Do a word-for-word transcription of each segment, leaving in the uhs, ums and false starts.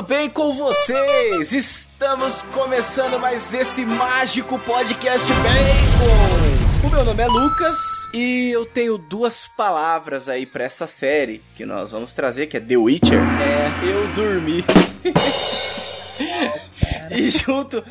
bem com vocês? Estamos começando mais esse mágico podcast Bacon. O meu nome é Lucas e eu tenho duas palavras aí pra essa série que nós vamos trazer, que é The Witcher. É, eu dormi. E junto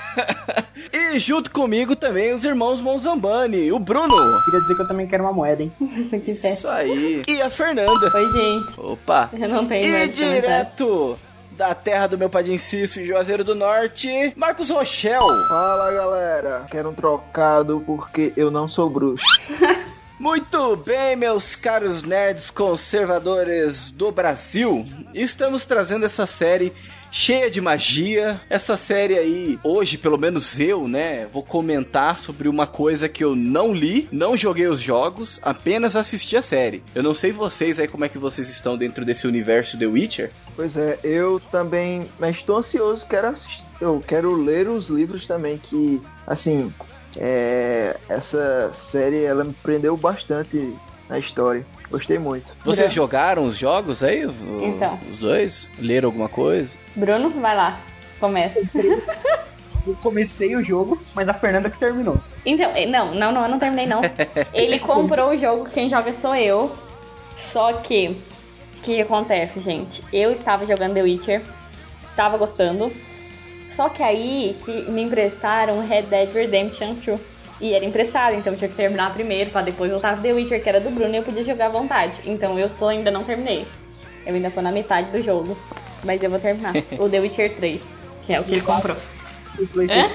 E junto comigo também os irmãos Monzambani, o Bruno. Queria dizer que eu também quero uma moeda, hein? Isso aí. E a Fernanda. Oi, gente. Opa. Eu não tenho E mais direto da terra do meu padrinho Cício e Juazeiro do Norte, Marcos Rochel. Fala, galera. Quero um trocado porque eu não sou bruxo. Muito bem, meus caros nerds conservadores do Brasil. Estamos trazendo essa série cheia de magia. Essa série aí, hoje, pelo menos eu, né, vou comentar sobre uma coisa que eu não li, não joguei os jogos, apenas assisti a série. Eu não sei vocês aí como é que vocês estão dentro desse universo The Witcher. Pois é, eu também, mas estou ansioso, quero assistir, eu quero ler os livros também, que, assim, é, essa série, ela me prendeu bastante na história. Gostei muito. Vocês Bruno. jogaram os jogos aí? O, então. Os dois? Leram alguma coisa? Bruno, vai lá. Começa. Eu comecei o jogo, mas a Fernanda que terminou. Então, não, não, não, eu não terminei não. Ele comprou o jogo, quem joga sou eu. Só que, o que acontece, gente? Eu estava jogando The Witcher, estava gostando. Só que aí, que me emprestaram Red Dead Redemption dois. E era emprestado, então eu tinha que terminar primeiro pra depois voltar pro The Witcher, que era do Bruno, e eu podia jogar à vontade. Então eu tô, ainda não terminei. Eu ainda tô na metade do jogo. Mas eu vou terminar. O The Witcher três, que é o que ele comprou. Hã?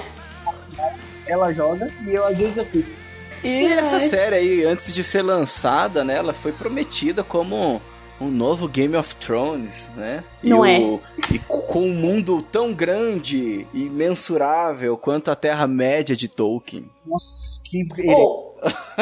Ela joga e eu às vezes assisto. E essa série aí, antes de ser lançada, né, ela foi prometida como um novo Game of Thrones, né? Não e é? O, e com um mundo tão grande e mensurável quanto a Terra-média de Tolkien. Nossa, que... Oh,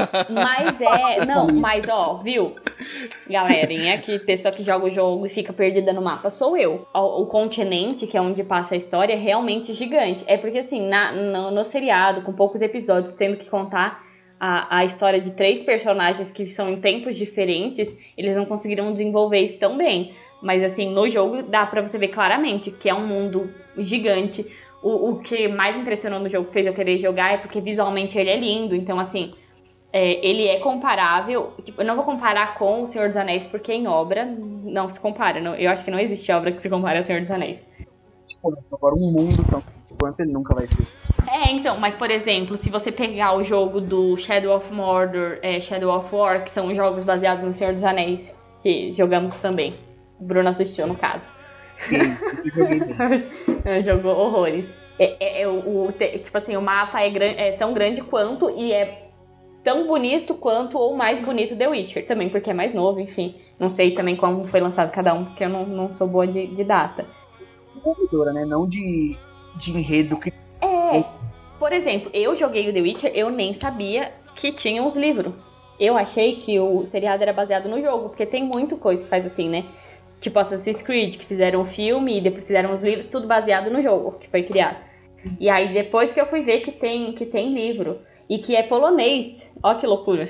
mas é... Não, mas ó, viu? Galerinha, que pessoa que joga o jogo e fica perdida no mapa sou eu. O, o continente, que é onde passa a história, é realmente gigante. É porque assim, na, no, no seriado, com poucos episódios, tendo que contar A, a história de três personagens que são em tempos diferentes, eles não conseguiram desenvolver isso tão bem. Mas assim, no jogo dá pra você ver claramente que é um mundo gigante. O, o que mais impressionou no jogo, que fez eu querer jogar, é porque visualmente ele é lindo. Então assim, é, ele é comparável. Tipo, eu não vou comparar com O Senhor dos Anéis, porque em obra não se compara. Não, eu acho que não existe obra que se compare ao Senhor dos Anéis. Tipo, agora um mundo tão quanto ele nunca vai ser. É, então, mas por exemplo, se você pegar o jogo do Shadow of Mordor, é, Shadow of War, que são jogos baseados no Senhor dos Anéis, que jogamos também. O Bruno assistiu, no caso. Sim, eu joguei. Jogou horrores. É, é, é, o, o, tipo assim, o mapa é, gran, é tão grande quanto e é tão bonito quanto ou mais bonito The Witcher também, porque é mais novo, enfim. Não sei também como foi lançado cada um, porque eu não, não sou boa de, de data. Desenvolvedora, né? Não de, de enredo que... É, por exemplo, eu joguei o The Witcher, eu nem sabia que tinha os livros. Eu achei que o seriado era baseado no jogo, porque tem muita coisa que faz assim, né? Tipo Assassin's Creed, que fizeram o filme e depois fizeram os livros, tudo baseado no jogo que foi criado. E aí depois que eu fui ver que tem, que tem livro e que é polonês. Ó que loucura.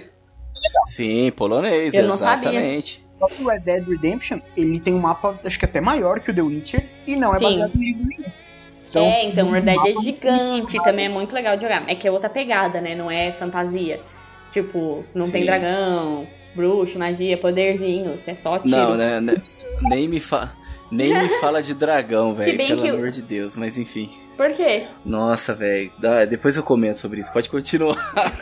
Sim, polonês, eu não exatamente. Sabia. O Red Dead Redemption, ele tem um mapa, acho que até maior que o The Witcher, e não é Sim. baseado em livro nenhum. Então, é, então o Red Dead é gigante, também é muito legal de jogar. É que é outra pegada, né? Não é fantasia. Tipo, não Sim. tem dragão, bruxo, magia, poderzinho, é só tiro. Não, né? né nem me, fa nem me fala de dragão, velho, pelo amor eu... de Deus, mas enfim. Por quê? Nossa, velho, depois eu comento sobre isso, pode continuar.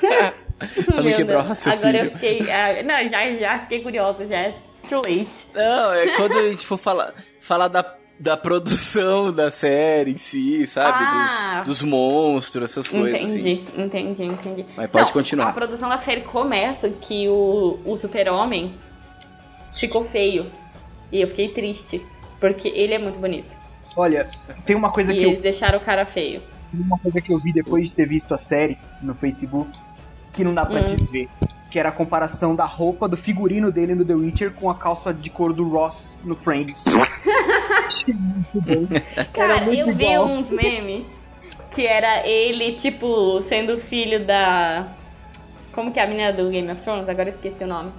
Pra não quebrar o raciocínio. Agora eu fiquei... Ah, não, já, já fiquei curiosa, já é too late. Não, é quando a gente for falar, falar da... da produção da série em si, sabe? Ah, dos, dos monstros, essas coisas entendi, assim. Entendi, entendi. Mas pode Não, continuar. A produção da série começa que o, o super-homem ficou feio. E eu fiquei triste, porque ele é muito bonito. Olha, tem uma coisa e que eles eu... deixaram o cara feio. Uma coisa que eu vi depois de ter visto a série no Facebook, que não dá pra hum. desver. Que era a comparação da roupa, do figurino dele no The Witcher com a calça de couro do Ross no Friends. Achei muito bom. Cara, muito eu vi igual. uns memes que era ele, tipo, sendo filho da... Como que é a menina do Game of Thrones? Agora eu esqueci o nome.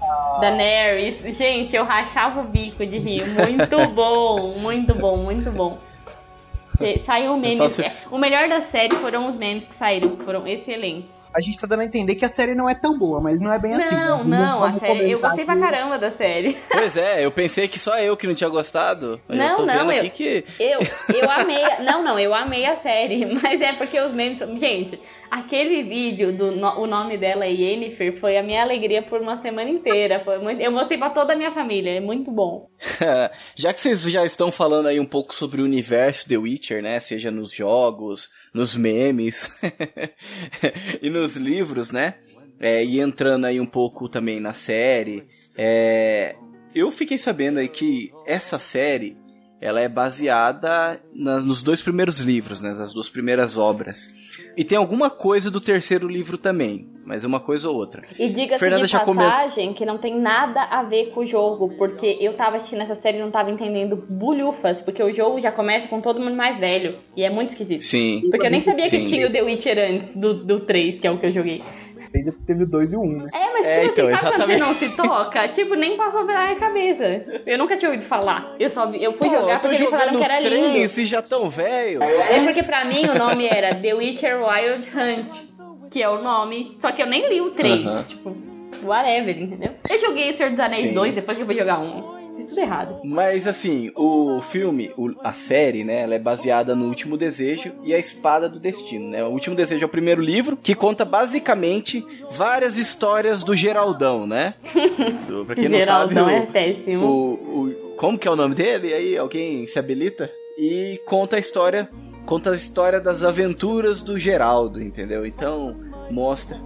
Daenerys. Gente, eu rachava o bico de rir. Muito bom, muito bom, muito bom. Saiu o meme. Se... O melhor da série foram os memes que saíram, que foram excelentes. A gente tá dando a entender que a série não é tão boa, mas não é bem não, assim. Não, não, a série. Eu gostei pra caramba da série. Pois é, eu pensei que só eu que não tinha gostado. Eu não, tô não, vendo eu, aqui que... eu, eu amei. Não, não, eu amei a série, mas é porque os memes. Gente, aquele vídeo do no, o nome dela é Yennefer foi a minha alegria por uma semana inteira. Foi muito, eu mostrei pra toda a minha família, é muito bom. Já que vocês já estão falando aí um pouco sobre o universo The Witcher, né? Seja nos jogos, nos memes e nos livros, né? É, e entrando aí um pouco também na série, é, eu fiquei sabendo aí que essa série, ela é baseada nas, nos dois primeiros livros, né? Nas duas primeiras obras. E tem alguma coisa do terceiro livro também, mas uma coisa ou outra. E diga-se Fernanda de já passagem come... que não tem nada a ver com o jogo, porque eu tava assistindo essa série e não tava entendendo bulhufas, porque o jogo já começa com todo mundo mais velho, e é muito esquisito. Sim. Porque eu nem sabia Sim. que tinha o The Witcher antes do, do três, que é o que eu joguei. Teve o dois e o um, né? É, mas é, tipo então, assim, sabe exatamente. quando você não se toca? Tipo, nem passou pela minha cabeça. Eu nunca tinha ouvido falar. Eu só vi, eu fui Pô, jogar eu tô porque eles falaram que era lindo. três e já tão velho. É porque pra mim o nome era The Witcher Wild Hunt, que é o nome, só que eu nem li o três. Uh-huh. Tipo, whatever, entendeu? Eu joguei o Senhor dos Anéis Sim. dois, depois que eu fui jogar um. Fiz tudo errado. Mas assim, o filme, o, a série, né, ela é baseada no Último Desejo e a Espada do Destino, né? O Último Desejo é o primeiro livro, que conta basicamente várias histórias do Geraldão, né? Do, pra quem Geraldão não sabe, é o, péssimo. O, o, como que é o nome dele? Aí, alguém se habilita? E conta a história, conta a história das aventuras do Geraldo, entendeu? Então, mostra.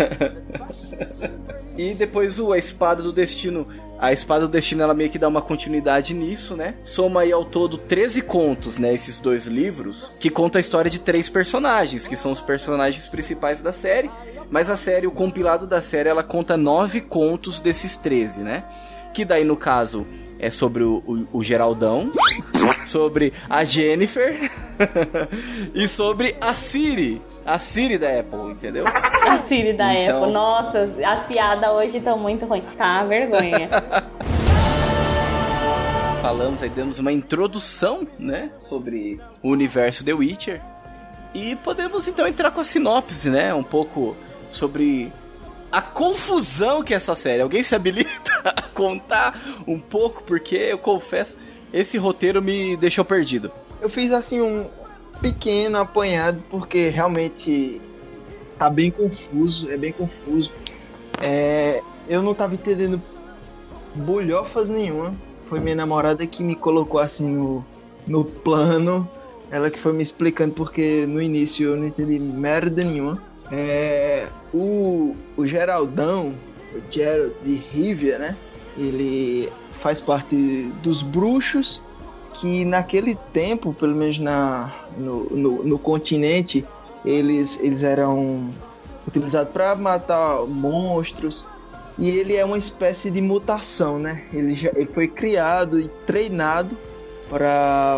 E depois o A Espada do Destino... A Espada do Destino, ela meio que dá uma continuidade nisso, né? Soma aí ao todo treze contos, né? Esses dois livros, que contam a história de três personagens, que são os personagens principais da série. Mas a série, o compilado da série, ela conta nove contos desses treze, né? Que daí, no caso, é sobre o, o, o Geraldão, sobre a Yennefer e sobre a Ciri. A Siri da Apple, entendeu? A Siri da então... Apple. Nossa, as piadas hoje estão muito ruins. Tá, vergonha. Falamos aí, demos uma introdução, né? Sobre o universo The Witcher. E podemos então entrar com a sinopse, né? Um pouco sobre a confusão que é essa série. Alguém se habilita a contar um pouco? Porque eu confesso, esse roteiro me deixou perdido. Eu fiz assim um... pequeno apanhado, porque realmente tá bem confuso, é bem confuso. É, eu não tava entendendo bolhofas nenhuma. Foi minha namorada que me colocou assim no, no plano. Ela que foi me explicando, porque no início eu não entendi merda nenhuma. É, o, o Geraldão, o Gerald de Rivia, né? Ele faz parte dos bruxos, que naquele tempo, pelo menos na, no, no, no continente, eles, eles eram utilizados para matar monstros, e ele é uma espécie de mutação, né? Ele, já, ele foi criado e treinado para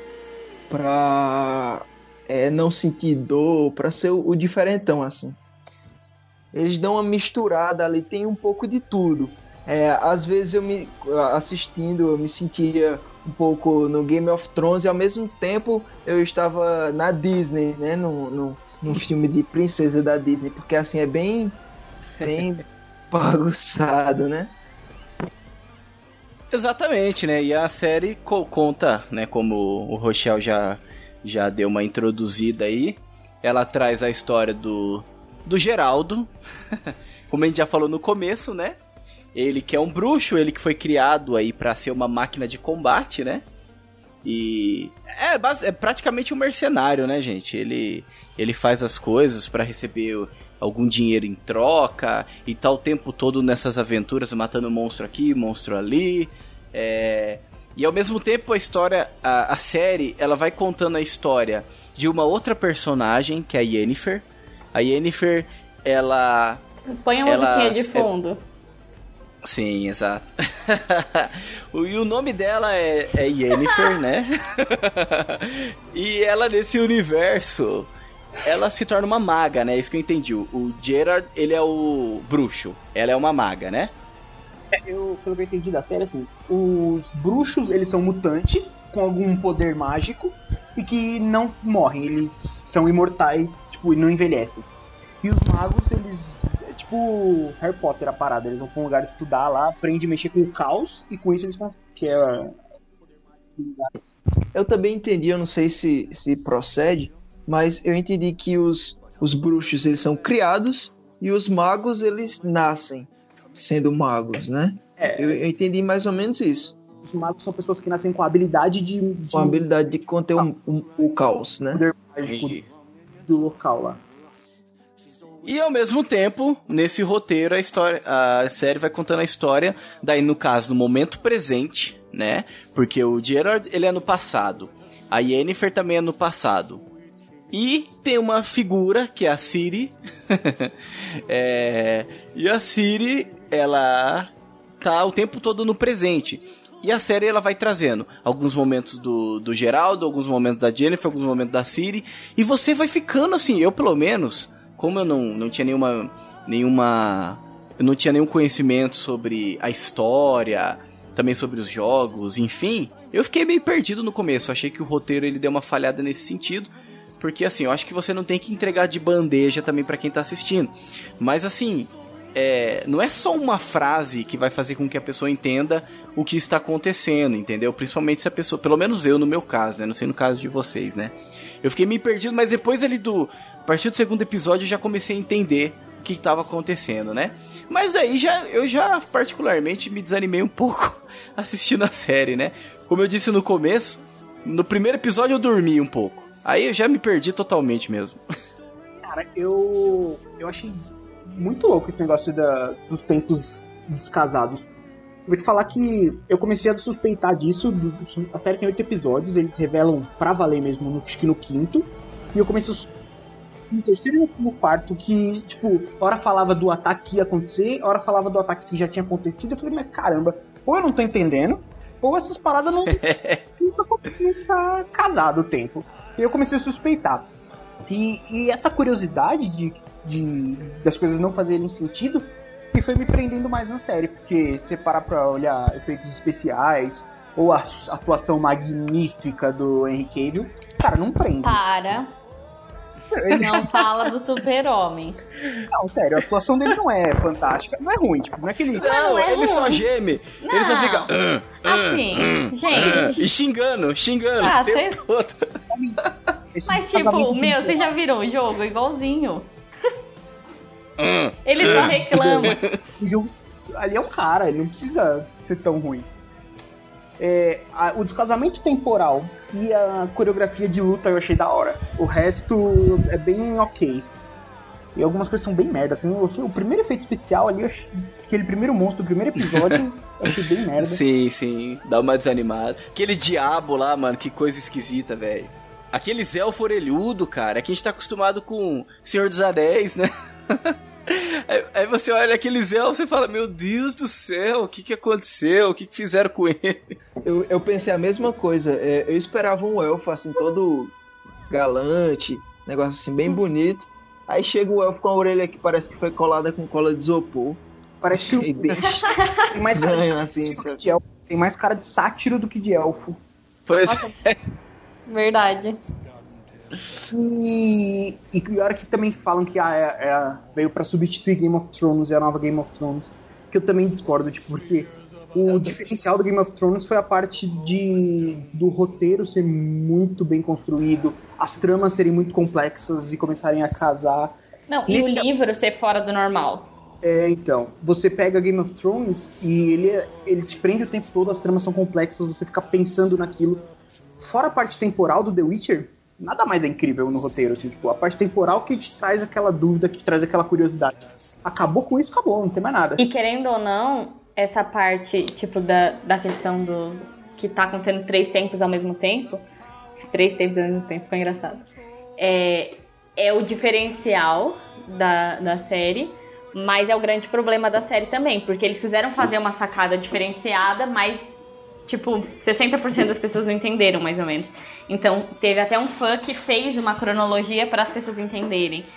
para é, não sentir dor, para ser o, o diferentão, assim. Eles dão uma misturada ali, tem um pouco de tudo. É, às vezes eu me assistindo, eu me sentia um pouco no Game of Thrones, e ao mesmo tempo eu estava na Disney, né, no, no, no filme de princesa da Disney, porque assim é bem, bem bagunçado, né? Exatamente, né, e a série co- conta, né, como o Rochelle já, já deu uma introduzida aí, ela traz a história do, do Geraldo, como a gente já falou no começo, né? Ele que é um bruxo, ele que foi criado aí pra ser uma máquina de combate, né? E é, base, é praticamente um mercenário, né, gente? Ele, ele faz as coisas pra receber algum dinheiro em troca e tá o tempo todo nessas aventuras, matando monstro aqui, monstro ali. É... E ao mesmo tempo a história, a, a série, ela vai contando a história de uma outra personagem, que é a Yennefer. A Yennefer, ela... Põe a musiquinha de fundo. É... Sim, exato. E o nome dela é, é Yennefer, né? E ela, nesse universo, ela se torna uma maga, né? Isso que eu entendi. O Gerard, ele é o bruxo. Ela é uma maga, né? Eu, pelo que eu entendi da série, assim, os bruxos, eles são mutantes com algum poder mágico e que não morrem, eles são imortais, tipo, e não envelhecem. E os magos, eles, é tipo Harry Potter a parada, eles vão pra um lugar estudar lá, aprendem a mexer com o caos e com isso eles conseguem, que é... Eu também entendi, eu não sei se, se procede, mas eu entendi que os, os bruxos, eles são criados e os magos, eles nascem sendo magos, né? É, eu, eu entendi mais ou menos isso. Os magos são pessoas que nascem com a habilidade de... de... Com a habilidade de conter o, o, o caos, né? O poder mágico e... do local lá. E ao mesmo tempo, nesse roteiro, a história, a série vai contando a história, daí no caso, no momento presente, né? Porque o Gerard, ele é no passado. A Yennefer também é no passado. E tem uma figura, que é a Ciri. é... E a Ciri, ela tá o tempo todo no presente. E a série, ela vai trazendo alguns momentos do, do Geraldo, alguns momentos da Yennefer, alguns momentos da Ciri. E você vai ficando assim, eu pelo menos... Como eu não, não tinha nenhuma, nenhuma... Eu não tinha nenhum conhecimento sobre a história, também sobre os jogos, enfim... Eu fiquei meio perdido no começo. Eu achei que o roteiro ele deu uma falhada nesse sentido. Porque, assim, eu acho que você não tem que entregar de bandeja também pra quem tá assistindo. Mas, assim, é, não é só uma frase que vai fazer com que a pessoa entenda o que está acontecendo, entendeu? Principalmente se a pessoa... Pelo menos eu, no meu caso, né? Não sei no caso de vocês, né? Eu fiquei meio perdido, mas depois ali do... A partir do segundo episódio eu já comecei a entender o que estava acontecendo, né? Mas daí já, eu já particularmente me desanimei um pouco assistindo a série, né? Como eu disse no começo, no primeiro episódio eu dormi um pouco. Aí eu já me perdi totalmente mesmo. Cara, eu eu achei muito louco esse negócio da, dos tempos descasados. Vou te falar que eu comecei a suspeitar disso. Do, a série tem oito episódios, eles revelam pra valer mesmo, no, acho que no quinto. E eu comecei a no terceiro e no quarto, que, tipo, hora falava do ataque que ia acontecer, hora falava do ataque que já tinha acontecido. Eu falei, mas caramba, ou eu não tô entendendo, ou essas paradas não, não, tá, não tá casado o tempo. E eu comecei a suspeitar. E, e essa curiosidade de, de das coisas não fazerem sentido que foi me prendendo mais na série, porque se você parar pra olhar efeitos especiais ou a atuação magnífica do Henry Cavill, cara, não prende. Para. Não fala do Super-Homem. Não, sério, a atuação dele não é fantástica. Não é ruim, tipo, não é que ele... Não, não é ele ruim. Só geme. Não. Ele só fica... Uh, assim, uh, gente... Uh, e xingando, xingando ah, o tempo cê... todo. Mas tipo, meu, vocês já viram o jogo igualzinho? Uh, ele uh, só reclama. O jogo... Ali é um cara, ele não precisa ser tão ruim. É, a, o descasamento temporal e a coreografia de luta eu achei da hora. O resto é bem ok. E algumas coisas são bem merda. Tem, o, o primeiro efeito especial ali, achei, aquele primeiro monstro do primeiro episódio, eu achei bem merda. Sim, sim. Dá uma desanimada. Aquele diabo lá, mano, que coisa esquisita, velho. Aqueles elfo orelhudo, cara. É que a gente tá acostumado com Senhor dos Anéis, né? Aí, aí você olha aqueles elfos e fala, meu Deus do céu, o que que aconteceu? O que que fizeram com ele? Eu, eu pensei a mesma coisa. É, eu esperava um elfo assim, todo galante, negócio assim, bem bonito. Aí chega o elfo com a orelha que parece que foi colada com cola de isopor. Parece um... bem... tem, mais cara de... assim, de elfo. Tem mais cara de sátiro do que de elfo. Pois é. Verdade. E, e a hora que também falam que ah, é, é, veio pra substituir Game of Thrones, é a nova Game of Thrones, que eu também discordo, tipo, porque o diferencial do Game of Thrones foi a parte de, do roteiro ser muito bem construído, as tramas serem muito complexas e começarem a casar. Não, e, e o esse... livro ser fora do normal. É, então, você pega Game of Thrones e ele, ele te prende o tempo todo, as tramas são complexas, você fica pensando naquilo. Fora a parte temporal do The Witcher, nada mais é incrível no roteiro, assim, tipo, a parte temporal que te traz aquela dúvida, que te traz aquela curiosidade. Acabou com isso, acabou, não tem mais nada. E querendo ou não, essa parte, tipo, da, da questão do... que tá acontecendo três tempos ao mesmo tempo, três tempos ao mesmo tempo, foi engraçado, é, é o diferencial da, da série, mas é o grande problema da série também, porque eles quiseram fazer uma sacada diferenciada, mas, tipo, sessenta por cento das pessoas não entenderam, mais ou menos. Então, teve até um fã que fez uma cronologia para as pessoas entenderem.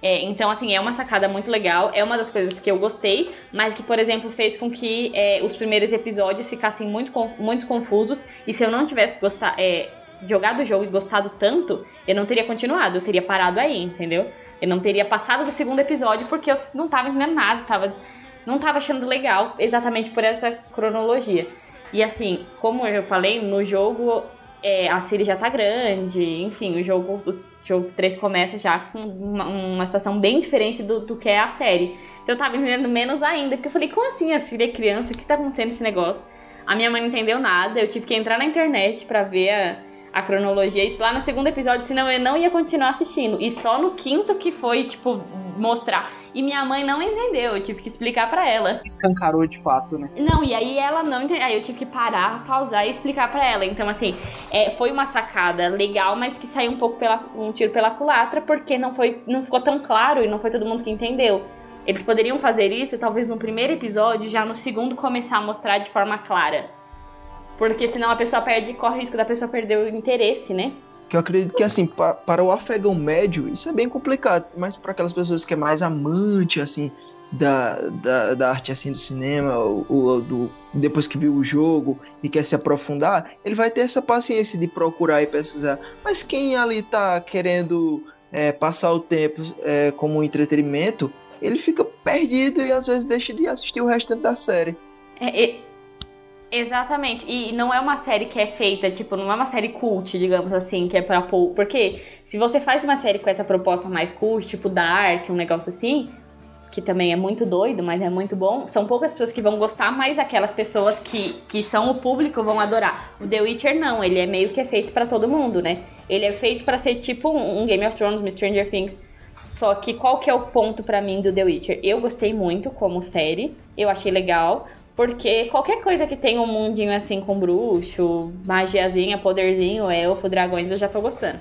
É, então, assim, é uma sacada muito legal, é uma das coisas que eu gostei, mas que, por exemplo, fez com que é, os primeiros episódios ficassem muito, muito confusos, e se eu não tivesse gostado, é, jogado o jogo e gostado tanto, eu não teria continuado, eu teria parado aí, entendeu? Eu não teria passado do segundo episódio porque eu não tava entendendo nada, tava, não tava achando legal, exatamente por essa cronologia. E assim, como eu falei, no jogo é, a Ciri já tá grande, enfim, o jogo... O jogo três começa já com uma, uma situação bem diferente do, do que é a série. Então eu tava entendendo menos ainda, porque eu falei, como assim a Ciri é criança? O que tá acontecendo esse negócio? A minha mãe não entendeu nada, eu tive que entrar na internet pra ver a, a cronologia, isso lá no segundo episódio, senão eu não ia continuar assistindo. E só no quinto que foi, tipo, mostrar. E minha mãe não entendeu, eu tive que explicar pra ela. Escancarou de fato, né? Não, e aí ela não entendeu, aí eu tive que parar, pausar e explicar pra ela. Então, assim, é, foi uma sacada legal, mas que saiu um pouco pela, um tiro pela culatra, porque não, foi, não ficou tão claro e não foi todo mundo que entendeu. Eles poderiam fazer isso, talvez no primeiro episódio, já no segundo começar a mostrar de forma clara. Porque senão a pessoa perde, corre o risco da pessoa perder o interesse, né? Que eu acredito que, assim, pa, para o afegão médio, isso é bem complicado. Mas para aquelas pessoas que é mais amante, assim, da, da, da arte, assim, do cinema, ou, ou do, depois que viu o jogo e quer se aprofundar, ele vai ter essa paciência de procurar e pesquisar. Mas quem ali tá querendo é, passar o tempo é, como um entretenimento, ele fica perdido e às vezes deixa de assistir o restante da série. É... é... Exatamente, e não é uma série que é feita, tipo, não é uma série cult, digamos assim, que é pra pôr, porque se você faz uma série com essa proposta mais cult, tipo Dark, um negócio assim, que também é muito doido, mas é muito bom, são poucas pessoas que vão gostar, mas aquelas pessoas que, que são o público vão adorar. O The Witcher não, ele é meio que é feito pra todo mundo, né? Ele é feito pra ser tipo um Game of Thrones, um Stranger Things, só que qual que é o ponto pra mim do The Witcher? Eu gostei muito como série, eu achei legal. Porque qualquer coisa que tenha um mundinho assim com bruxo, magiazinha, poderzinho, elfo, dragões, eu já tô gostando.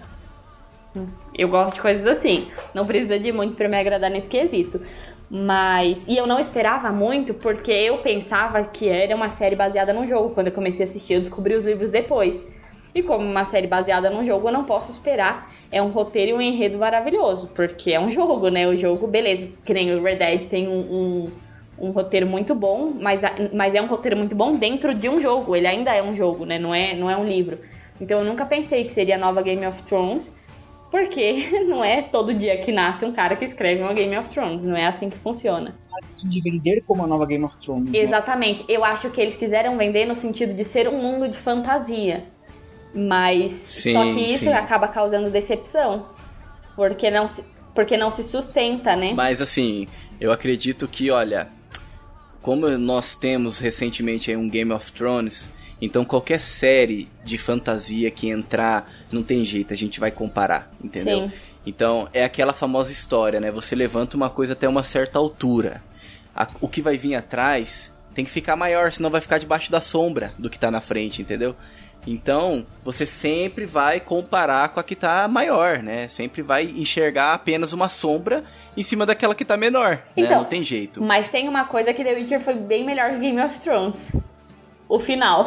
Eu gosto de coisas assim. Não precisa de muito pra me agradar nesse quesito. Mas... E eu não esperava muito porque eu pensava que era uma série baseada num jogo. Quando eu comecei a assistir, eu descobri os livros depois. E como uma série baseada num jogo, eu não posso esperar. É um roteiro e um enredo maravilhoso. Porque é um jogo, né? O jogo, beleza. Que nem o Red Dead tem um... um um roteiro muito bom, mas, mas é um roteiro muito bom dentro de um jogo. Ele ainda é um jogo, né? Não é, não é um livro. Então eu nunca pensei que seria a nova Game of Thrones, porque não é todo dia que nasce um cara que escreve uma Game of Thrones. Não é assim que funciona. De vender como a nova Game of Thrones, né? Exatamente. Eu acho que eles quiseram vender no sentido de ser um mundo de fantasia. Mas sim, só que isso sim. acaba causando decepção. Porque não se, porque não se sustenta, né? Mas assim, eu acredito que, olha... Como nós temos recentemente aí um Game of Thrones, então qualquer série de fantasia que entrar, não tem jeito, a gente vai comparar, entendeu? Sim. Então é aquela famosa história, né? Você levanta uma coisa até uma certa altura. A, o que vai vir atrás tem que ficar maior, senão vai ficar debaixo da sombra do que tá na frente, entendeu? Então, você sempre vai comparar com a que tá maior, né? Sempre vai enxergar apenas uma sombra em cima daquela que tá menor, então, né? Não tem jeito. Mas tem uma coisa que The Witcher foi bem melhor que Game of Thrones. O final.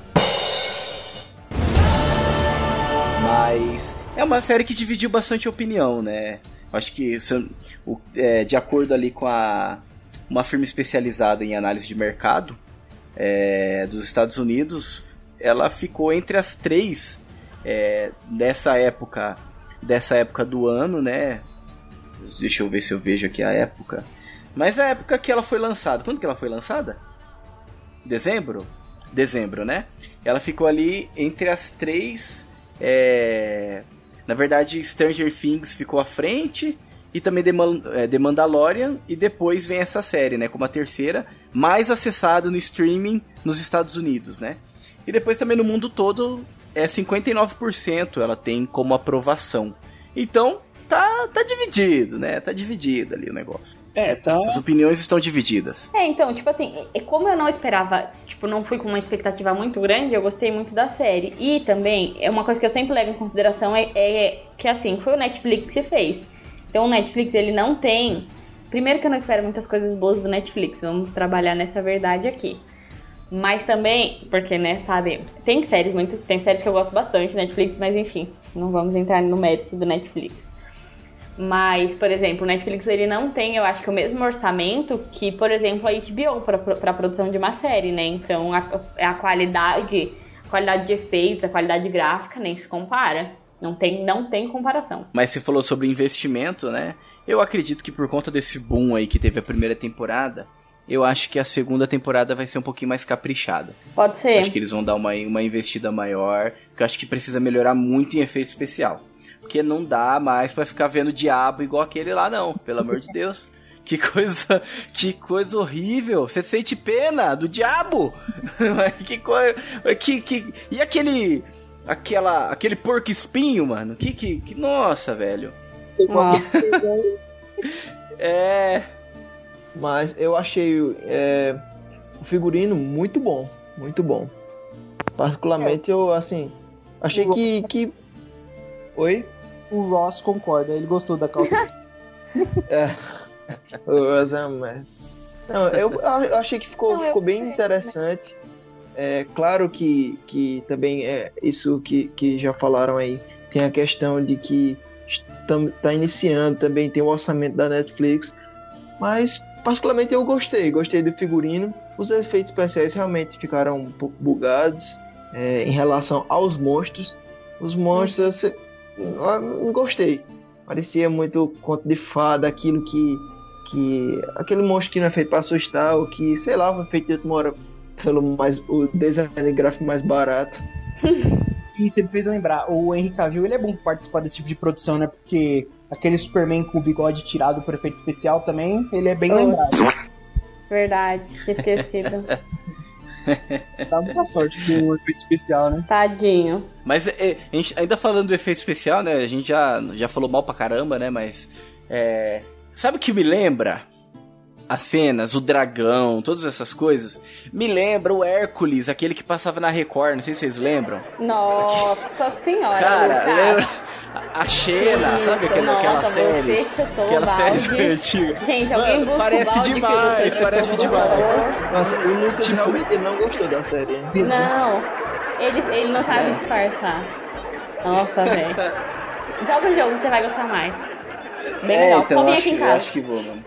Mas é uma série que dividiu bastante opinião, né? Acho que isso, é, de acordo ali com a, uma firma especializada em análise de mercado é, dos Estados Unidos... ela ficou entre as três é, dessa época dessa época do ano, né? Deixa eu ver se eu vejo aqui a época. Mas a época que ela foi lançada. Quando que ela foi lançada? Dezembro? Dezembro, né? Ela ficou ali entre as três. É... Na verdade, Stranger Things ficou à frente. E também The Mandalorian. E depois vem essa série, né? Como a terceira. Mais acessada no streaming nos Estados Unidos, né? E depois também no mundo todo é cinquenta e nove por cento ela tem como aprovação. Então tá, tá dividido, né? Tá dividido ali o negócio. É, tá. As opiniões estão divididas. É, então, tipo assim, como eu não esperava, tipo, não fui com uma expectativa muito grande, eu gostei muito da série. E também, é uma coisa que eu sempre levo em consideração é, é que assim, foi o Netflix que fez. Então o Netflix, ele não tem... Primeiro que eu não espero muitas coisas boas do Netflix, vamos trabalhar nessa verdade aqui. Mas também, porque, né, sabe, tem séries muito, tem séries que eu gosto bastante do Netflix, mas enfim, não vamos entrar no mérito do Netflix. Mas, por exemplo, o Netflix ele não tem, eu acho que o mesmo orçamento que, por exemplo, a H B O para a produção de uma série, né? Então a, a qualidade, a qualidade de efeitos, a qualidade gráfica nem se compara. Não tem, não tem comparação. Mas você falou sobre investimento, né? Eu acredito que por conta desse boom aí que teve a primeira temporada, eu acho que a segunda temporada vai ser um pouquinho mais caprichada. Pode ser. Acho que eles vão dar uma, uma investida maior, porque eu acho que precisa melhorar muito em efeito especial. Porque não dá mais pra ficar vendo diabo igual aquele lá, não. Pelo amor de Deus. Que coisa, que coisa horrível. Você sente pena do diabo? que coisa... Que, que, e aquele... Aquela, aquele porco espinho, mano? Que, que, que... Nossa, velho. É... Mas eu achei é, o figurino muito bom, muito bom. Particularmente eu, assim, achei que... que... Oi? O Ross concorda, ele gostou da calça. É, o Ross é uma merda. Não, eu, eu achei que ficou, Não, ficou bem sei, interessante. Né? É claro que, que também é isso que, que já falaram aí. Tem a questão de que está iniciando, também tem o orçamento da Netflix. Mas, particularmente, eu gostei. Gostei do figurino. Os efeitos especiais realmente ficaram um pouco bugados é, em relação aos monstros. Os monstros, eu não gostei. Parecia muito conto de fada, aquilo que, que... Aquele monstro que não é feito para assustar, ou que, sei lá, foi feito de última hora pelo mais, o design gráfico mais barato. E você me fez lembrar, o Henry Cavill, ele é bom participar desse tipo de produção, né? Porque aquele Superman com o bigode tirado por efeito especial também, ele é bem oh. lembrado. Verdade, tinha esquecido. Dá muita sorte com o efeito especial, né? Tadinho. Mas é, a gente, ainda falando do efeito especial, né? A gente já, já falou mal pra caramba, né? Mas é, sabe o que me lembra? As cenas, o dragão, todas essas coisas, me lembra o Hércules, aquele que passava na Record, não sei se vocês lembram. Nossa senhora, cara, lembra a Xena, sabe aquela, Nossa, aquela série? Aquela série antiga. Gente, alguém Mano, busca parece o balde demais, parece demais. Nossa, o Lucas tipo... realmente não gostou da série, hein? Não, ele, ele não sabe é. disfarçar. Nossa, velho. Joga o jogo, você vai gostar mais. Bem é, legal, então, só vem acho, aqui em casa. Acho que vou, mano.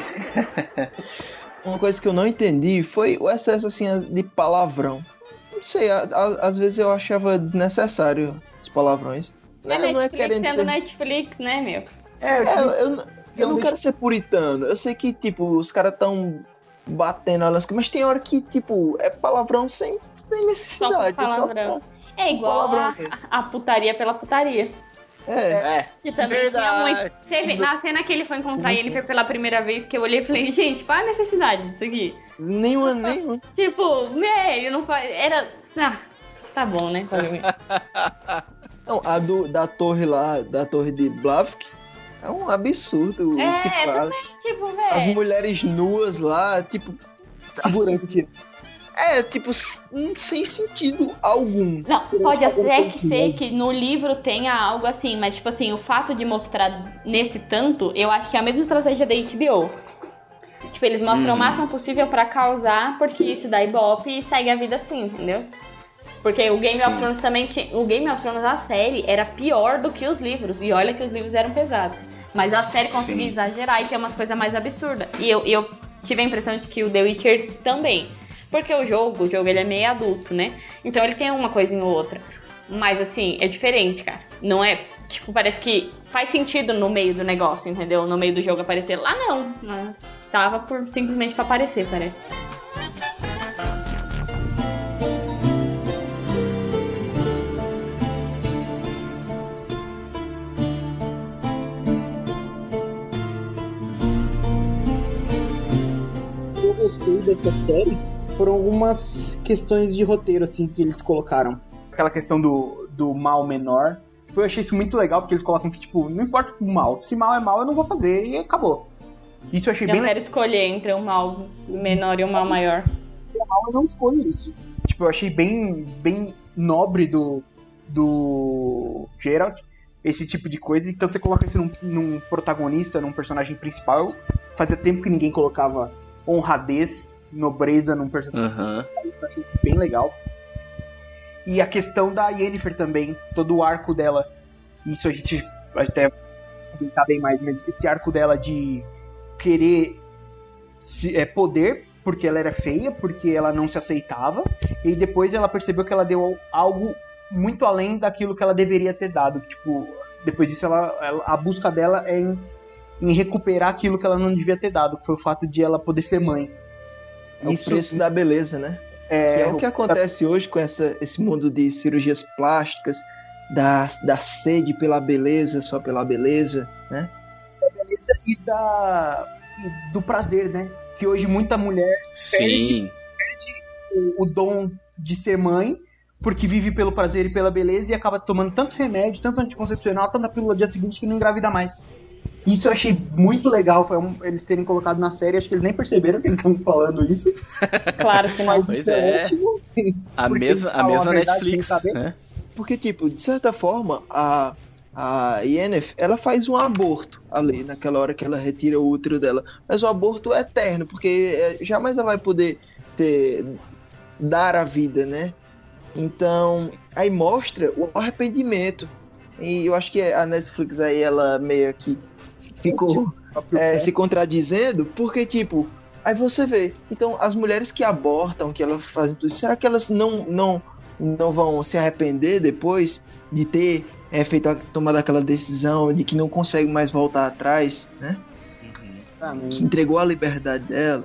Uma coisa que eu não entendi foi o excesso assim de palavrão. Não sei, a, a, às vezes eu achava desnecessário os palavrões. É não, Netflix não é querendo sendo ser... Netflix, né, meu? É, eu, é, eu, eu, eu não quero ser puritano. Eu sei que, tipo, os caras tão batendo elas, mas tem hora que, tipo, é palavrão sem, sem necessidade. Só palavrão. Só... É igual a, a putaria pela putaria. É, é. Que também verdade. Tinha muito. Teve, na cena que ele foi encontrar ele pela primeira vez, que eu olhei e falei, gente, qual é a necessidade disso aqui? Nenhuma, nenhuma. Tipo, né, ele não faz. Era. Ah, tá bom, né? Não, a do, da torre lá, da torre de Blavk, é um absurdo. É, tipo, também, tipo, velho. As mulheres nuas lá, tipo. Segurança, tio. É, tipo, sem sentido algum. Não, pode até que ser que no livro tenha algo assim, mas, tipo assim, o fato de mostrar nesse tanto, eu acho que é a mesma estratégia da H B O. Tipo, eles mostram hum. o máximo possível pra causar, porque isso dá ibope e segue a vida assim, entendeu? Porque o Game Sim. of Thrones também tinha... O Game of Thrones, a série, era pior do que os livros. E olha que os livros eram pesados. Mas a série conseguia Sim. exagerar e ter umas coisas mais absurdas. E eu, eu tive a impressão de que o The Witcher também. Porque o jogo, o jogo ele é meio adulto, né? Então ele tem uma coisinha ou outra. Mas assim, é diferente, cara. Não é, tipo, parece que faz sentido no meio do negócio, entendeu? No meio do jogo aparecer. Lá não, não. Tava por, simplesmente pra aparecer, parece. Eu gostei dessa série. Foram algumas questões de roteiro, assim, que eles colocaram. Aquela questão do, do mal menor. Eu achei isso muito legal, porque eles colocam que, tipo, não importa o mal. Se mal é mal, eu não vou fazer e acabou. Isso eu achei eu bem... Eu quero escolher entre um mal menor e um mal maior. Se é mal, eu não escolho isso. Tipo, eu achei bem, bem nobre do, do Geralt, esse tipo de coisa. Então você coloca isso num, num protagonista, num personagem principal. Fazia tempo que ninguém colocava honradez, nobreza num personagem. Uhum. Isso eu achei bem legal. E a questão da Yennefer também, todo o arco dela. Isso a gente até comentar bem mais, mas esse arco dela de querer se, é, poder, porque ela era feia, porque ela não se aceitava, e depois ela percebeu que ela deu algo muito além daquilo que ela deveria ter dado. Tipo, depois disso, ela, ela, a busca dela é em, em recuperar aquilo que ela não devia ter dado, que foi o fato de ela poder ser mãe. É Isso, o preço da beleza, né? É, que é o que acontece hoje com essa, esse mundo de cirurgias plásticas, da, da sede pela beleza, só pela beleza, né? Da beleza e, da, e do prazer, né? Que hoje muita mulher perde, perde o, o dom de ser mãe, porque vive pelo prazer e pela beleza e acaba tomando tanto remédio, tanto anticoncepcional, tanto a pílula dia seguinte que não engravida mais. Isso eu achei muito legal, foi um, eles terem colocado na série. Acho que eles nem perceberam que eles estão falando isso. Claro que não. Pois é. Ótimo, a mesma, a mesma a Netflix, né? Porque, tipo, de certa forma, a, a Yennefer, ela faz um aborto ali, naquela hora que ela retira o útero dela. Mas o aborto é eterno, porque jamais ela vai poder ter, dar a vida, né? Então, aí mostra o arrependimento. E eu acho que a Netflix aí, ela meio que ficou é, se contradizendo, porque, tipo, aí você vê, então, as mulheres que abortam, que elas fazem tudo, será que elas não, não, não vão se arrepender depois de ter é, feito, tomado aquela decisão de que não consegue mais voltar atrás, né? Uhum. Que entregou a liberdade dela.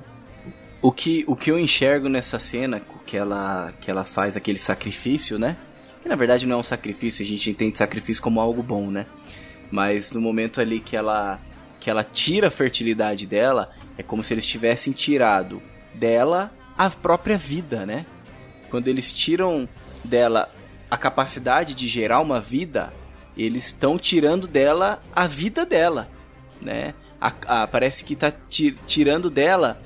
O que, o que eu enxergo nessa cena, que ela, que ela faz aquele sacrifício, né? Que na verdade não é um sacrifício, a gente entende sacrifício como algo bom, né? Mas no momento ali que ela, que ela tira a fertilidade dela, é como se eles tivessem tirado dela a própria vida, né? Quando eles tiram dela a capacidade de gerar uma vida, eles estão tirando dela a vida dela, né? A, a, parece que está tirando dela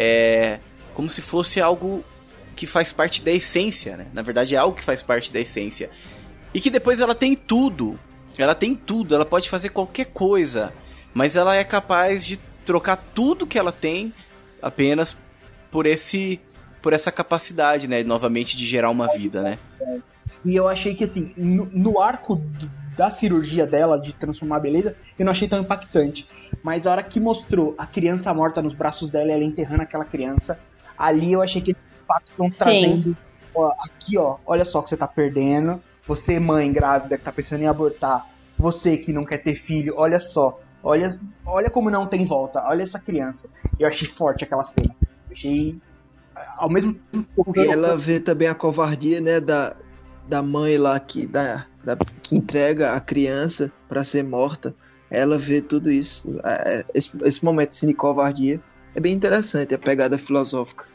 é, como se fosse algo que faz parte da essência, né? Na verdade é algo que faz parte da essência. E que depois ela tem tudo. Ela tem tudo, ela pode fazer qualquer coisa. Mas ela é capaz de trocar tudo que ela tem apenas por esse, por essa capacidade, né? Novamente de gerar uma vida, né? E eu achei que, assim, no, no arco da cirurgia dela, de transformar a beleza, eu não achei tão impactante. Mas a hora que mostrou a criança morta nos braços dela e ela enterrando aquela criança, ali eu achei que estão trazendo, ó, aqui ó, olha só o que você tá perdendo, você mãe grávida que tá pensando em abortar, você que não quer ter filho, olha só, olha, olha como não tem volta, olha essa criança. Eu achei forte aquela cena, eu achei ao mesmo tempo. E ela vê também a covardia, né, da, da mãe lá que, da, da, que entrega a criança pra ser morta. Ela vê tudo isso, esse, esse momento assim, de covardia é bem interessante, a pegada filosófica.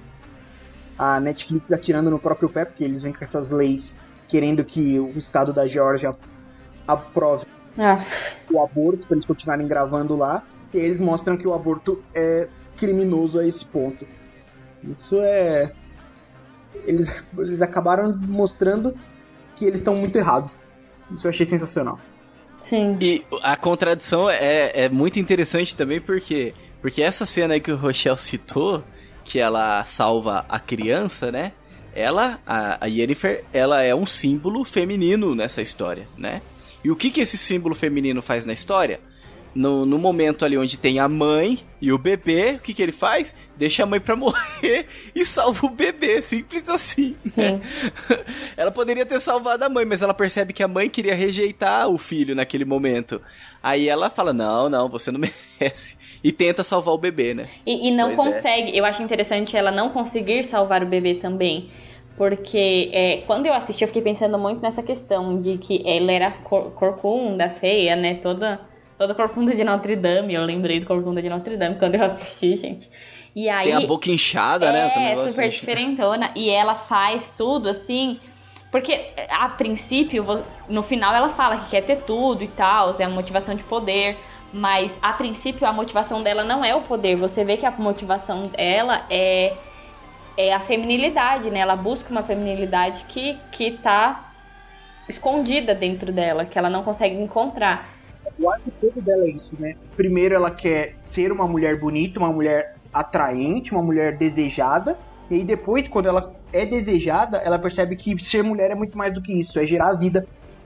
A Netflix atirando no próprio pé, porque eles vêm com essas leis querendo que o estado da Geórgia aprove ah. o aborto, para eles continuarem gravando lá, e eles mostram que o aborto é criminoso a esse ponto. Isso é... Eles, eles acabaram mostrando que eles estão muito errados. Isso eu achei sensacional. Sim. E a contradição é, é muito interessante também, porque, porque essa cena aí que o Rochelle citou, que ela salva a criança, né? Ela, a, a Yennefer, ela é um símbolo feminino nessa história, né? E o que que esse símbolo feminino faz na história? No, no momento ali onde tem a mãe e o bebê, o que que ele faz? Deixa a mãe pra morrer e salva o bebê, simples assim. Sim. Né? Ela poderia ter salvado a mãe, mas ela percebe que a mãe queria rejeitar o filho naquele momento. Aí ela fala, não, não, você não merece. E tenta salvar o bebê, né? E, e não pois consegue. É. Eu acho interessante ela não conseguir salvar o bebê também. Porque é, quando eu assisti, eu fiquei pensando muito nessa questão de que ela era cor, corcunda, feia, né? Toda, toda corcunda de Notre Dame. Eu lembrei do corcunda de Notre Dame quando eu assisti, gente. E aí, tem a boca inchada, é, né? É, super diferentona. E ela faz tudo assim... Porque, a princípio, no final ela fala que quer ter tudo e tal, é a motivação de poder, mas, a princípio, a motivação dela não é o poder. Você vê que a motivação dela é, é a feminilidade, né? Ela busca uma feminilidade que, que tá escondida dentro dela, que ela não consegue encontrar. O arco todo dela é isso, né? Primeiro ela quer ser uma mulher bonita, uma mulher atraente, uma mulher desejada, e aí depois, quando ela é desejada, ela percebe que ser mulher é muito mais do que isso, é gerar vida.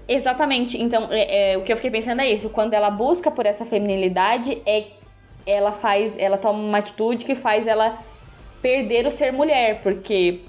Exatamente. Então, é, é, o que eu fiquei pensando é isso. Quando ela busca por essa feminilidade, é, ela faz, ela toma uma atitude que faz ela perder o ser mulher, porque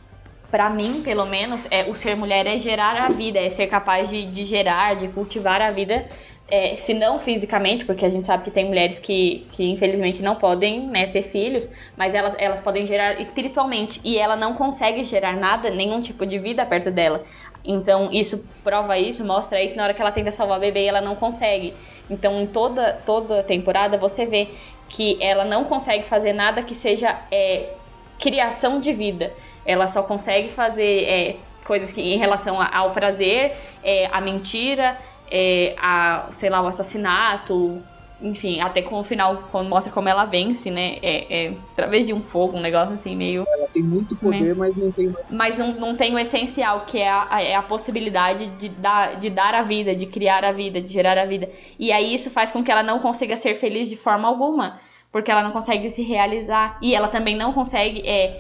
pra mim, pelo menos, é, o ser mulher é gerar a vida, é ser capaz de, de gerar, de cultivar a vida, é, se não fisicamente, porque a gente sabe que tem mulheres que, que infelizmente não podem, né, ter filhos, mas elas, elas podem gerar espiritualmente, e ela não consegue gerar nada, nenhum tipo de vida perto dela. Então isso prova isso, mostra isso na hora que ela tenta salvar o bebê e ela não consegue. Então em toda, toda temporada você vê que ela não consegue fazer nada que seja é, criação de vida. Ela só consegue fazer é, coisas que em relação ao prazer, é, a mentira, é, a, sei lá, o assassinato, enfim, até com o final, quando mostra como ela vence, né, é, é através de um fogo, um negócio assim, meio... Ela tem muito poder, né? Mas não tem... Mas não, não tem o essencial, que é a, é a possibilidade de dar, de dar a vida, de criar a vida, de gerar a vida. E aí isso faz com que ela não consiga ser feliz de forma alguma, porque ela não consegue se realizar, e ela também não consegue... É,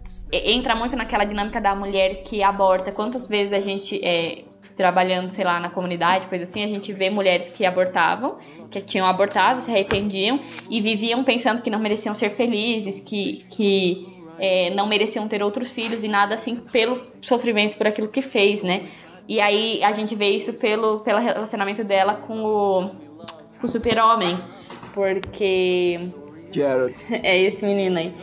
entra muito naquela dinâmica da mulher que aborta. Quantas vezes a gente, é, trabalhando, sei lá, na comunidade, coisa assim, a gente vê mulheres que abortavam, que tinham abortado, se arrependiam e viviam pensando que não mereciam ser felizes, que, que é, não mereciam ter outros filhos e nada assim, pelo sofrimento, por aquilo que fez, né? E aí a gente vê isso pelo, pelo relacionamento dela com o, com o super-homem, porque... Geralt. É esse menino aí.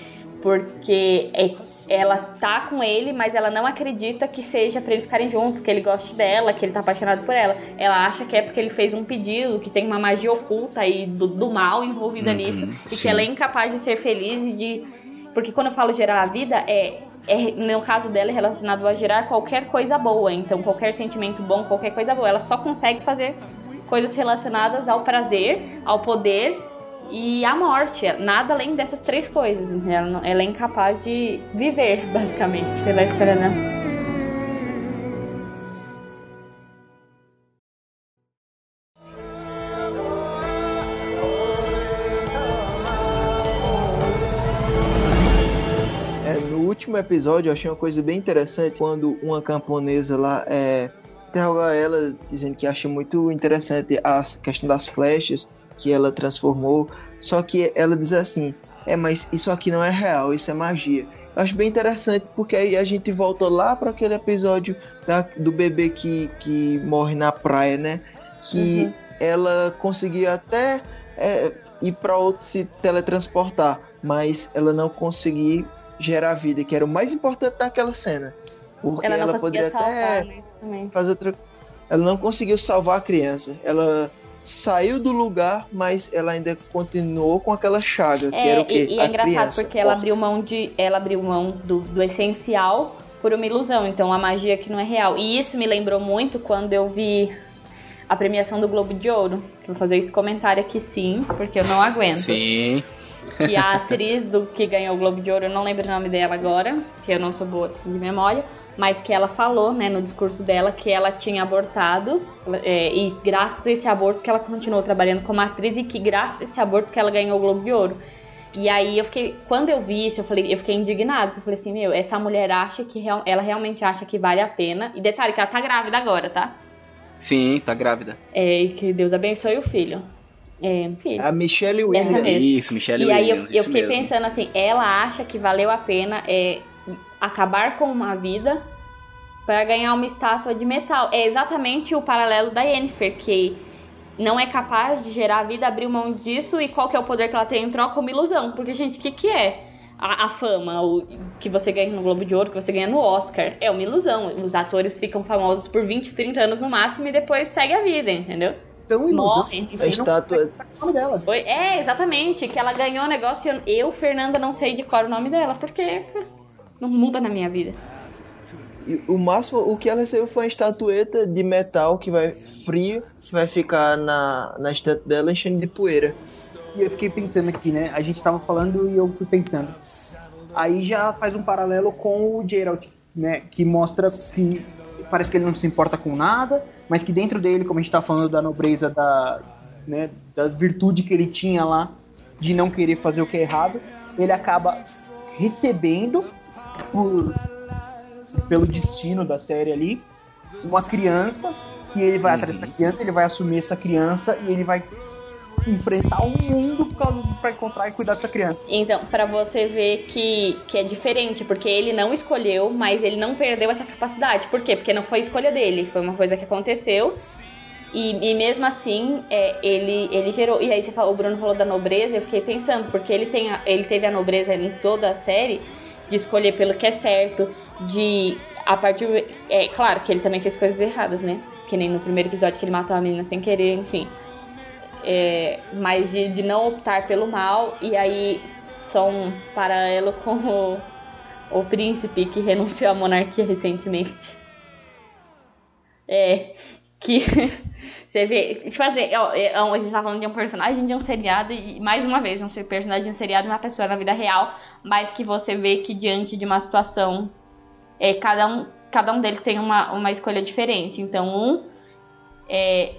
Porque é, ela tá com ele, mas ela não acredita que seja pra eles ficarem juntos, que ele goste dela, que ele tá apaixonado por ela. Ela acha que é porque ele fez um pedido, que tem uma magia oculta aí do, do mal envolvida uhum, nisso, e sim. que ela é incapaz de ser feliz e de... Porque quando eu falo gerar a vida, é, é no caso dela é relacionado a gerar qualquer coisa boa. Então qualquer sentimento bom, qualquer coisa boa. Ela só consegue fazer coisas relacionadas ao prazer, ao poder... e a morte, nada além dessas três coisas. Ela, ela é incapaz de viver, basicamente, pela escolha dela. É, no último episódio eu achei uma coisa bem interessante, quando uma camponesa lá é, interroga ela, dizendo que acha muito interessante a questão das flechas que ela transformou, só que ela diz assim, é, mas isso aqui não é real, isso é magia. Eu acho bem interessante, porque aí a gente volta lá para aquele episódio da, do bebê que, que morre na praia, né, que uhum. ela conseguia até é, ir para outro, se teletransportar, mas ela não conseguia gerar vida, que era o mais importante daquela cena, porque ela, ela poderia salvar, até né, fazer outra... Ela não conseguiu salvar a criança, ela saiu do lugar, mas ela ainda continuou com aquela chaga, que é, era o quê? E, e é engraçado porque ela abriu mão, de, ela abriu mão do, do essencial por uma ilusão, então a magia que não é real. E isso me lembrou muito quando eu vi a premiação do Globo de Ouro. Vou fazer esse comentário aqui sim, porque eu não aguento. Sim. Que a atriz do que ganhou o Globo de Ouro, eu não lembro o nome dela agora, que eu não sou boa assim, de memória, mas que ela falou, né, no discurso dela, que ela tinha abortado, é, e graças a esse aborto que ela continuou trabalhando como atriz, e que graças a esse aborto que ela ganhou o Globo de Ouro. E aí eu fiquei, quando eu vi isso, eu falei, eu fiquei indignada, porque eu falei assim, meu, essa mulher acha que real, ela realmente acha que vale a pena, e detalhe que ela tá grávida agora, tá? Sim, tá grávida. É, e que Deus abençoe o filho. É, filho. A Michelle Williams. Isso, Michelle e Williams. E aí eu, eu fiquei mesmo. pensando assim, ela acha que valeu a pena é, acabar com uma vida para ganhar uma estátua de metal. É exatamente o paralelo da Yennefer, que não é capaz de gerar a vida, abrir mão disso, e qual que é o poder que ela tem em troca? Uma ilusão. Porque, gente, o que, que é a, a fama o, que você ganha no Globo de Ouro, que você ganha no Oscar? É uma ilusão. Os atores ficam famosos por vinte, trinta anos no máximo e depois segue a vida, entendeu? Tão ilusão. Morre. A estátua... o nome dela. Foi, é, exatamente, que ela ganhou o negócio e eu, Fernanda, não sei de qual é o nome dela, porque não muda na minha vida. E o máximo, o que ela recebeu foi uma estatueta de metal que vai frio, que vai ficar na, na estante dela enchendo de poeira. E eu fiquei pensando aqui, né? A gente tava falando e eu fui pensando. Aí já faz um paralelo com o Geralt, né? Que mostra que parece que ele não se importa com nada, mas que dentro dele, como a gente tá falando da nobreza, da, né, da virtude que ele tinha lá, de não querer fazer o que é errado, ele acaba recebendo, por, pelo destino da série ali, uma criança e ele vai uhum. atrás dessa criança, ele vai assumir essa criança e ele vai enfrentar o mundo por causa pra encontrar e cuidar dessa criança. Então, pra você ver que, que é diferente, porque ele não escolheu, mas ele não perdeu essa capacidade. Por quê? Porque não foi escolha dele, foi uma coisa que aconteceu. E, e mesmo assim, é, ele, ele gerou. E aí você falou, o Bruno falou da nobreza, eu fiquei pensando, porque ele, tem a, ele teve a nobreza em toda a série de escolher pelo que é certo, de a partir. É claro que ele também fez coisas erradas, né? Que nem no primeiro episódio que ele matou a menina sem querer, enfim. É, mas de, de não optar pelo mal. E aí, só um paralelo com o, o príncipe que renunciou à monarquia recentemente. É. Que você vê, fazer, ó, a gente tá falando de um personagem de um seriado e mais uma vez, um personagem de um seriado e uma pessoa na vida real, mas que você vê que diante de uma situação, é, cada, um, cada um deles tem uma, uma escolha diferente. Então um é,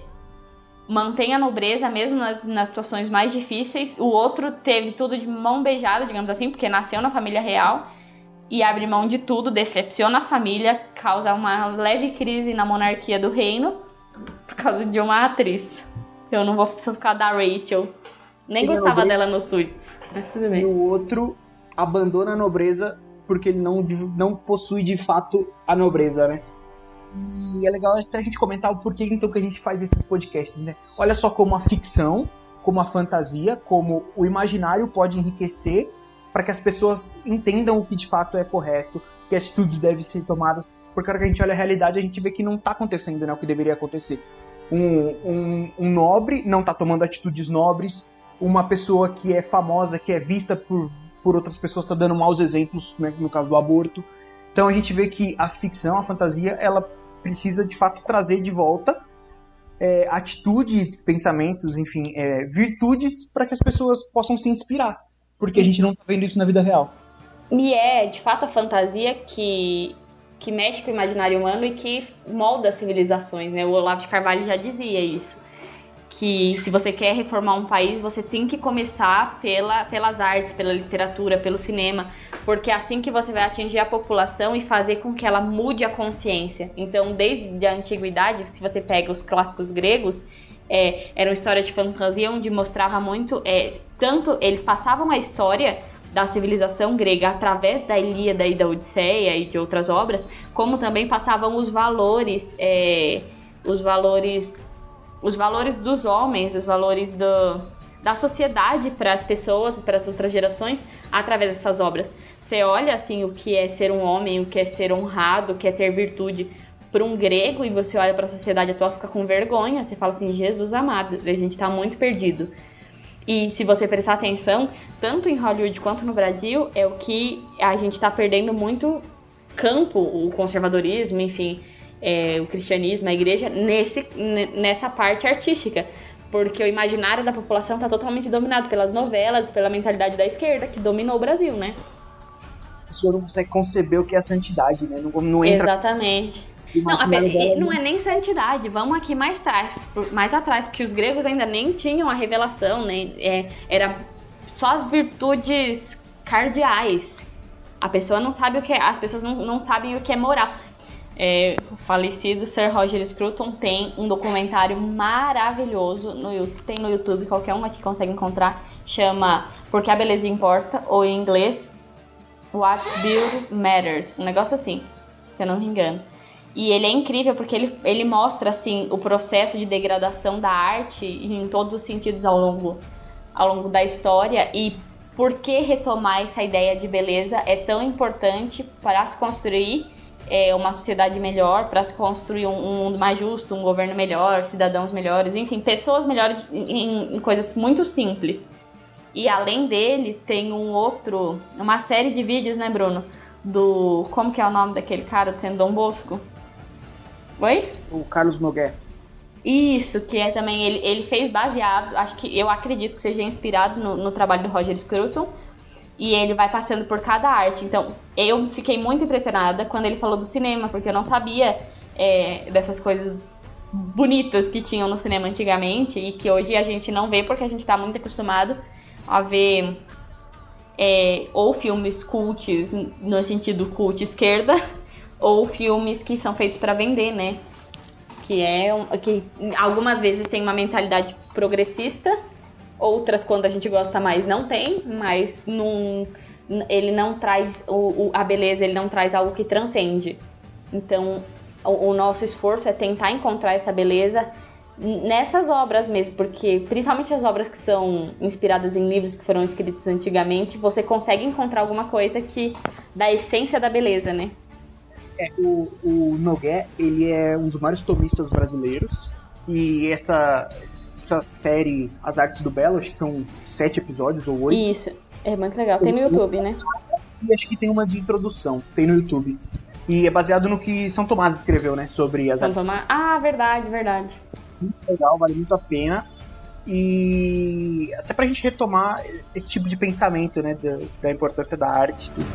mantém a nobreza mesmo nas, nas situações mais difíceis, o outro teve tudo de mão beijada, digamos assim, porque nasceu na família real e abre mão de tudo, decepciona a família, causa uma leve crise na monarquia do reino por causa de uma atriz. Eu não vou ficar da Rachel. Nem Tem gostava nobreza, dela no Suits. Mas tudo bem. E o outro abandona a nobreza porque ele não, não possui de fato a nobreza, né? E é legal até a gente comentar o porquê então que a gente faz esses podcasts, né? Olha só como a ficção, como a fantasia, como o imaginário pode enriquecer para que as pessoas entendam o que de fato é correto, que atitudes devem ser tomadas. Porque na hora que a gente olha a realidade, a gente vê que não está acontecendo, né, o que deveria acontecer. Um, um, um nobre não está tomando atitudes nobres, uma pessoa que é famosa, que é vista por, por outras pessoas, está dando maus exemplos, né, no caso do aborto. Então a gente vê que a ficção, a fantasia, ela precisa de fato trazer de volta é, atitudes, pensamentos, enfim, é, virtudes para que as pessoas possam se inspirar. Porque a gente não está vendo isso na vida real. E é, de fato, a fantasia que... que mexe com o imaginário humano e que molda as civilizações, né? O Olavo de Carvalho já dizia isso, que se você quer reformar um país, você tem que começar pela, pelas artes, pela literatura, pelo cinema, porque é assim que você vai atingir a população e fazer com que ela mude a consciência. Então, desde a antiguidade, se você pega os clássicos gregos, é, era uma história de fantasia onde mostrava muito, é, tanto eles passavam a história da civilização grega através da Ilíada e da Odisseia e de outras obras, como também passavam os valores, é, os valores, os valores dos homens, os valores do, da sociedade para as pessoas, para as outras gerações, através dessas obras. Você olha assim o que é ser um homem, o que é ser honrado, o que é ter virtude para um grego, e você olha para a sociedade atual e fica com vergonha. Você fala assim, Jesus amado, a gente está muito perdido. E se você prestar atenção, tanto em Hollywood quanto no Brasil, é o que a gente está perdendo muito campo, o conservadorismo, enfim, é, o cristianismo, a igreja, nesse, nessa parte artística. Porque o imaginário da população está totalmente dominado pelas novelas, pela mentalidade da esquerda, que dominou o Brasil, né? A pessoa não consegue conceber o que é a santidade, né? Não, não entra... Exatamente. Não, a, não é nem santidade, vamos aqui mais atrás, mais atrás, porque os gregos ainda nem tinham a revelação, né? É, era só as virtudes cardeais. A pessoa não sabe o que é, as pessoas não, não sabem o que é moral. É, o falecido Sir Roger Scruton tem um documentário maravilhoso no, tem no YouTube, qualquer um aqui consegue encontrar, chama Porque a Beleza Importa, ou em inglês What Beauty Matters, um negócio assim, se eu não me engano. E ele é incrível porque ele, ele mostra assim, o processo de degradação da arte em todos os sentidos ao longo, ao longo da história, e por que retomar essa ideia de beleza é tão importante para se construir é, uma sociedade melhor, para se construir um, um mundo mais justo, um governo melhor, cidadãos melhores, enfim, pessoas melhores em, em coisas muito simples. E além dele tem um outro, uma série de vídeos, né, Bruno? Do, como que é o nome daquele cara do Centro Dom Bosco? Oi? O Carlos Nogueira. Isso, que é também, ele, ele fez baseado, acho que, eu acredito que seja inspirado no, no trabalho do Roger Scruton, e ele vai passando por cada arte. Então, eu fiquei muito impressionada quando ele falou do cinema, porque eu não sabia é, dessas coisas bonitas que tinham no cinema antigamente, e que hoje a gente não vê porque a gente está muito acostumado a ver é, ou filmes cults, no sentido cult esquerda, ou filmes que são feitos para vender, né? Que é um, que algumas vezes tem uma mentalidade progressista, outras quando a gente gosta mais não tem, mas num, ele não traz o, o, a beleza, ele não traz algo que transcende. Então o, o nosso esforço é tentar encontrar essa beleza nessas obras mesmo, porque principalmente as obras que são inspiradas em livros que foram escritos antigamente, você consegue encontrar alguma coisa que dá a essência da beleza, né? É, o, o Nogué, ele é um dos maiores tomistas brasileiros, e essa, essa série, As Artes do Belo, acho que são sete episódios ou oito. Isso, é muito legal, tem no YouTube, né? E acho que tem uma de introdução, tem no YouTube. E é baseado no que São Tomás escreveu, né, sobre as São artes. Tomás, ah, verdade, verdade. Muito legal, vale muito a pena. E até pra gente retomar esse tipo de pensamento, né, da, da importância da arte. Tudo.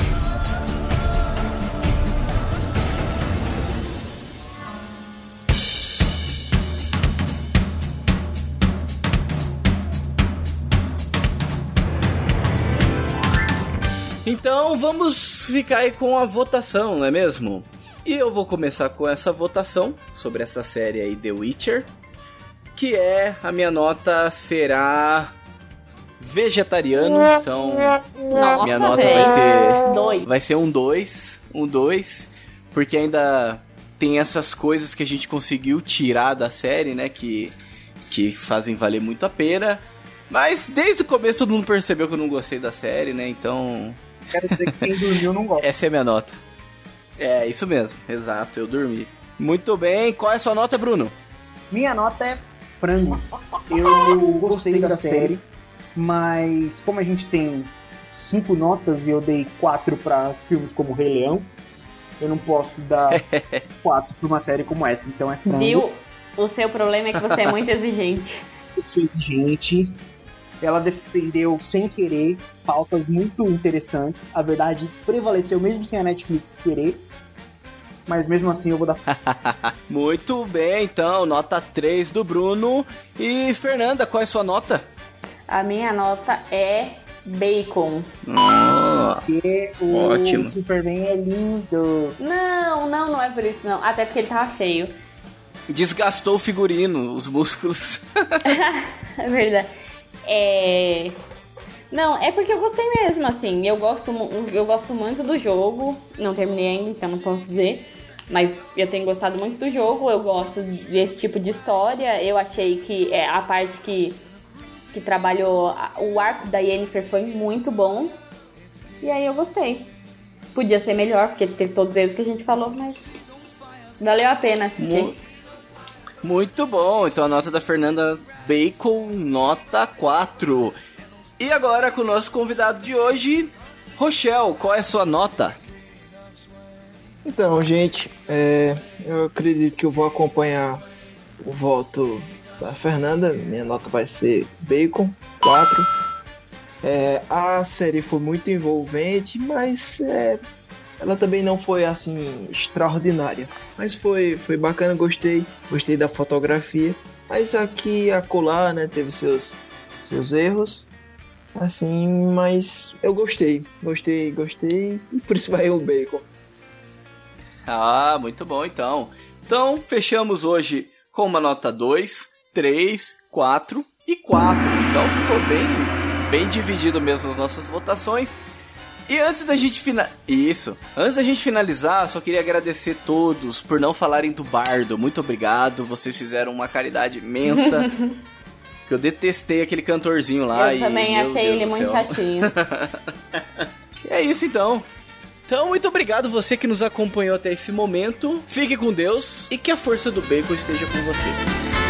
Então vamos ficar aí com a votação, não é mesmo? E eu vou começar com essa votação sobre essa série aí, The Witcher, que é, a minha nota será vegetariano, então Nossa, minha nota véio. vai ser Dois. vai ser um dois, um dois, porque ainda tem essas coisas que a gente conseguiu tirar da série, né, que, que fazem valer muito a pena, mas desde o começo todo mundo percebeu que eu não gostei da série, né, então... Quero dizer que quem dormiu não gosta. Essa é a minha nota. É, isso mesmo, exato, eu dormi. Muito bem, qual é a sua nota, Bruno? Minha nota é frango. Eu gostei da série, mas como a gente tem cinco notas e eu dei quatro pra filmes como Rei Leão, eu não posso dar quatro pra uma série como essa, então é frango. Viu? O seu problema é que você é muito exigente. Eu sou exigente. Ela defendeu sem querer pautas muito interessantes. A verdade prevaleceu mesmo sem a Netflix querer. Mas mesmo assim eu vou dar... Muito bem, então, nota três do Bruno. E Fernanda, qual é a sua nota? A minha nota é bacon. Oh, Porque o ótimo. Superman é lindo. Não, não, não é por isso não. Até porque ele tava feio. Desgastou o figurino, os músculos. É verdade. É... Não, é porque eu gostei mesmo, assim. Eu gosto, eu gosto muito do jogo. Não terminei ainda, então não posso dizer. Mas eu tenho gostado muito do jogo. Eu gosto desse tipo de história. Eu achei que é, a parte que, que trabalhou... O arco da Yennefer foi muito bom. E aí eu gostei. Podia ser melhor, porque teve todos os erros que a gente falou, mas... Valeu a pena assistir. Muito, muito bom. Então a nota da Fernanda Bacon, nota quatro. E agora com o nosso convidado de hoje, Rochelle, qual é a sua nota? Então, gente, é, eu acredito que eu vou acompanhar o voto da Fernanda. Minha nota vai ser Bacon, quatro. É, a série foi muito envolvente, mas é, ela também não foi assim extraordinária. Mas foi, foi bacana, gostei. Gostei da fotografia. Mas aqui, acolá, né, teve seus, seus erros. Assim, mas eu gostei. Gostei, gostei. E por isso vai o Bacon. Ah, muito bom então. Então, fechamos hoje com uma nota dois, três, quatro e quatro. Então ficou bem, bem dividido mesmo as nossas votações. E antes da gente finalizar... Isso. Antes da gente finalizar, só queria agradecer todos por não falarem do Bardo. Muito obrigado. Vocês fizeram uma caridade imensa. Que eu detestei aquele cantorzinho lá. Eu e, também achei Deus ele muito céu. chatinho. É isso então. Então, muito obrigado você que nos acompanhou até esse momento. Fique com Deus e que a força do bacon esteja com você.